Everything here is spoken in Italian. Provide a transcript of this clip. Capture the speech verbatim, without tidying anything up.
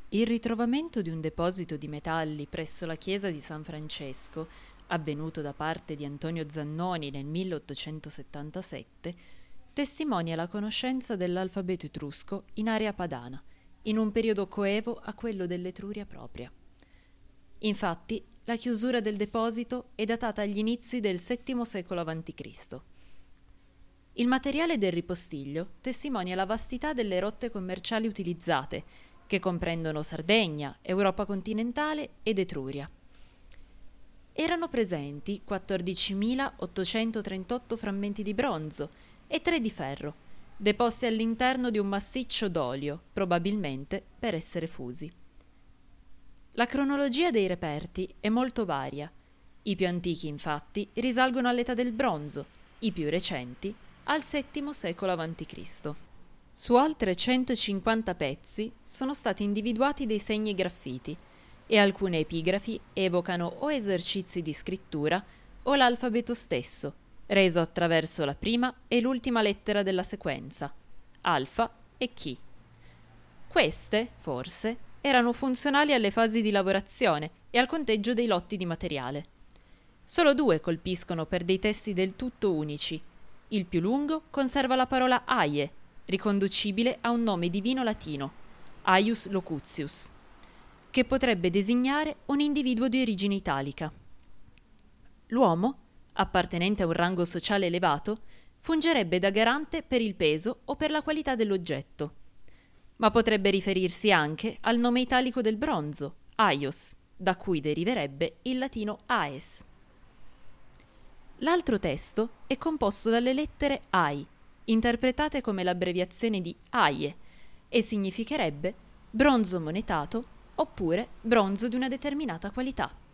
Il ritrovamento di un deposito di metalli presso la chiesa di San Francesco, avvenuto da parte di Antonio Zannoni nel milleottocentosettantasette, testimonia la conoscenza dell'alfabeto etrusco in area padana, in un periodo coevo a quello dell'Etruria propria. Infatti, la chiusura del deposito è datata agli inizi del settimo secolo avanti Cristo. Il materiale del ripostiglio testimonia la vastità delle rotte commerciali utilizzate, che comprendono Sardegna, Europa continentale ed Etruria. Erano presenti quattordicimilaottocentotrentotto frammenti di bronzo e tre di ferro, deposti all'interno di un massiccio d'olio, probabilmente per essere fusi. La cronologia dei reperti è molto varia. I più antichi, infatti, risalgono all'età del bronzo, i più recenti al settimo secolo avanti Cristo. Su altre centocinquanta pezzi sono stati individuati dei segni graffiti e alcune epigrafi evocano o esercizi di scrittura o l'alfabeto stesso, reso attraverso la prima e l'ultima lettera della sequenza, alfa e chi. Queste, forse, erano funzionali alle fasi di lavorazione e al conteggio dei lotti di materiale. Solo due colpiscono per dei testi del tutto unici. Il più lungo conserva la parola aie, riconducibile a un nome divino latino, Aius Locutius, che potrebbe designare un individuo di origine italica. L'uomo, appartenente a un rango sociale elevato, fungerebbe da garante per il peso o per la qualità dell'oggetto, ma potrebbe riferirsi anche al nome italico del bronzo, Aios, da cui deriverebbe il latino aes. L'altro testo è composto dalle lettere Ai, interpretate come l'abbreviazione di aie, e significherebbe bronzo monetato oppure bronzo di una determinata qualità.